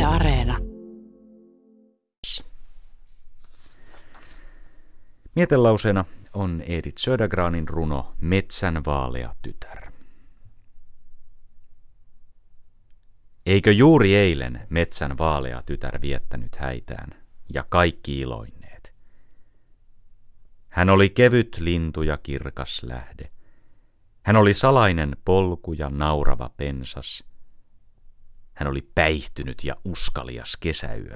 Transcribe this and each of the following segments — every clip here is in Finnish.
Areena. Mietelauseena on Edith Södergranin runo Metsän vaalea tytär. Eikö juuri eilen metsän vaalea tytär viettänyt häitään ja kaikki iloinneet? Hän oli kevyt lintu ja kirkas lähde. Hän oli salainen polku ja naurava pensas. Hän oli päihtynyt ja uskalias kesäyö.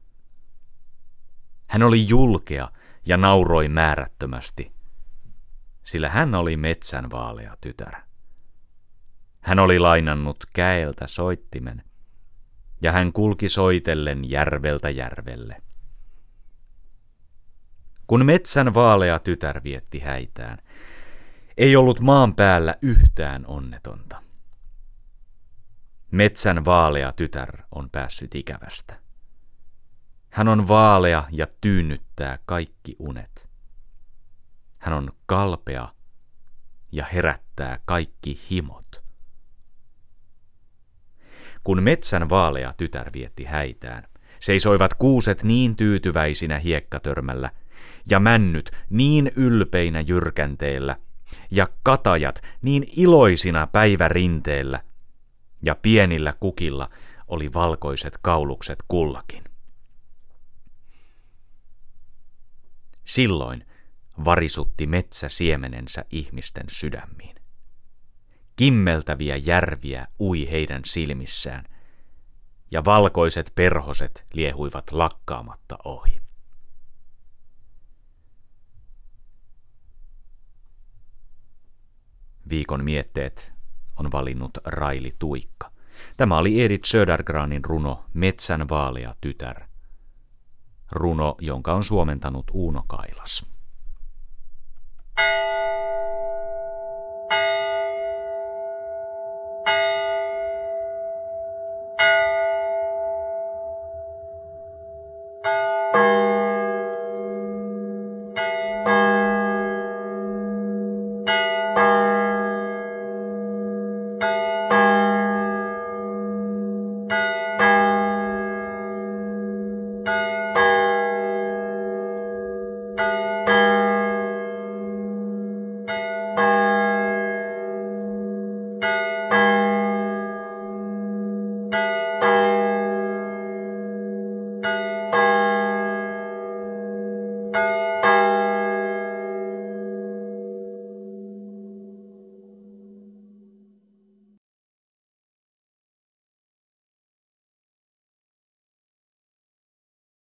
Hän oli julkea ja nauroi määrättömästi, sillä hän oli metsän vaalea tytär. Hän oli lainannut käeltä soittimen, ja hän kulki soitellen järveltä järvelle. Kun metsän vaalea tytär vietti häitään, ei ollut maan päällä yhtään onnetonta. Metsän vaalea tytär on päässyt ikävästä. Hän on vaalea ja tyynnyttää kaikki unet. Hän on kalpea ja herättää kaikki himot. Kun metsän vaalea tytär vietti häitään, seisoivat kuuset niin tyytyväisinä hiekkatörmällä, ja männyt niin ylpeinä jyrkänteellä, ja katajat niin iloisina päivärinteellä, ja pienillä kukilla oli valkoiset kaulukset kullakin. Silloin varisutti metsä siemenensä ihmisten sydämiin. Kimmeltäviä järviä ui heidän silmissään, ja valkoiset perhoset liehuivat lakkaamatta ohi. Viikon mietteet on valinnut Raili Tuikka. Tämä oli Edith Södergranin runo Metsän vaalea tytär. Runo, jonka on suomentanut Uuno Kailas.